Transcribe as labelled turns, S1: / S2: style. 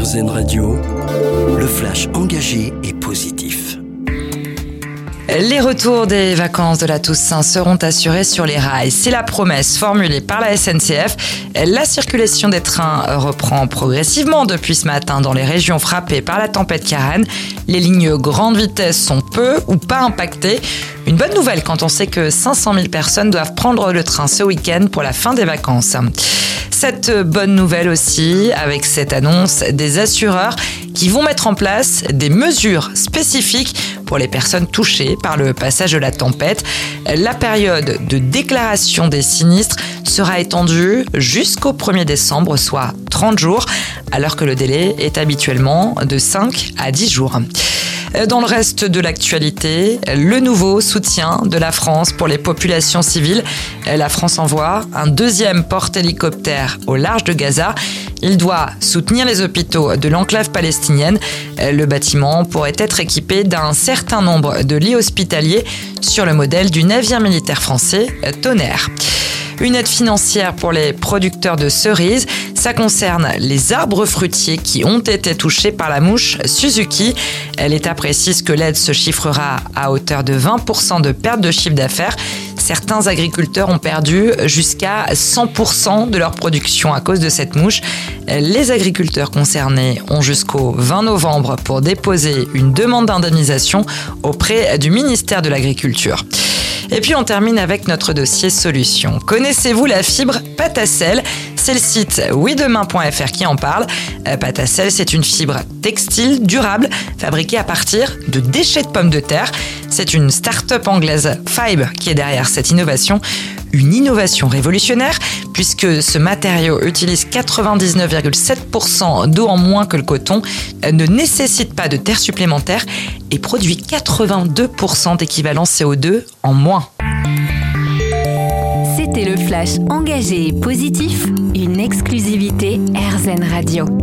S1: RZN Radio, le flash engagé et positif.
S2: Les retours des vacances de la Toussaint seront assurés sur les rails. C'est la promesse formulée par la SNCF. La circulation des trains reprend progressivement depuis ce matin dans les régions frappées par la tempête Karen. Les lignes grande vitesse sont peu ou pas impactées. Une bonne nouvelle quand on sait que 500 000 personnes doivent prendre le train ce week-end pour la fin des vacances. Cette bonne nouvelle aussi, avec cette annonce des assureurs qui vont mettre en place des mesures spécifiques pour les personnes touchées par le passage de la tempête. La période de déclaration des sinistres sera étendue jusqu'au 1er décembre, soit 30 jours, alors que le délai est habituellement de 5 à 10 jours. Dans le reste de l'actualité, le nouveau soutien de la France pour les populations civiles. La France envoie un deuxième porte-hélicoptère au large de Gaza. Il doit soutenir les hôpitaux de l'enclave palestinienne. Le bâtiment pourrait être équipé d'un certain nombre de lits hospitaliers sur le modèle du navire militaire français Tonnerre. Une aide financière pour les producteurs de cerises. Ça concerne les arbres fruitiers qui ont été touchés par la mouche Suzuki. L'État précise que l'aide se chiffrera à hauteur de 20% de perte de chiffre d'affaires. Certains agriculteurs ont perdu jusqu'à 100% de leur production à cause de cette mouche. Les agriculteurs concernés ont jusqu'au 20 novembre pour déposer une demande d'indemnisation auprès du ministère de l'Agriculture. Et puis on termine avec notre dossier solution. Connaissez-vous la fibre Patacel ? C'est le site ouidemain.fr qui en parle. Patacel, c'est une fibre textile durable fabriquée à partir de déchets de pommes de terre. C'est une start-up anglaise, Fibre, qui est derrière cette innovation. Une innovation révolutionnaire puisque ce matériau utilise 99,7% d'eau en moins que le coton, ne nécessite pas de terre supplémentaire et produit 82% d'équivalent CO2 en moins.
S3: C'était le flash engagé et positif, une exclusivité RZN Radio.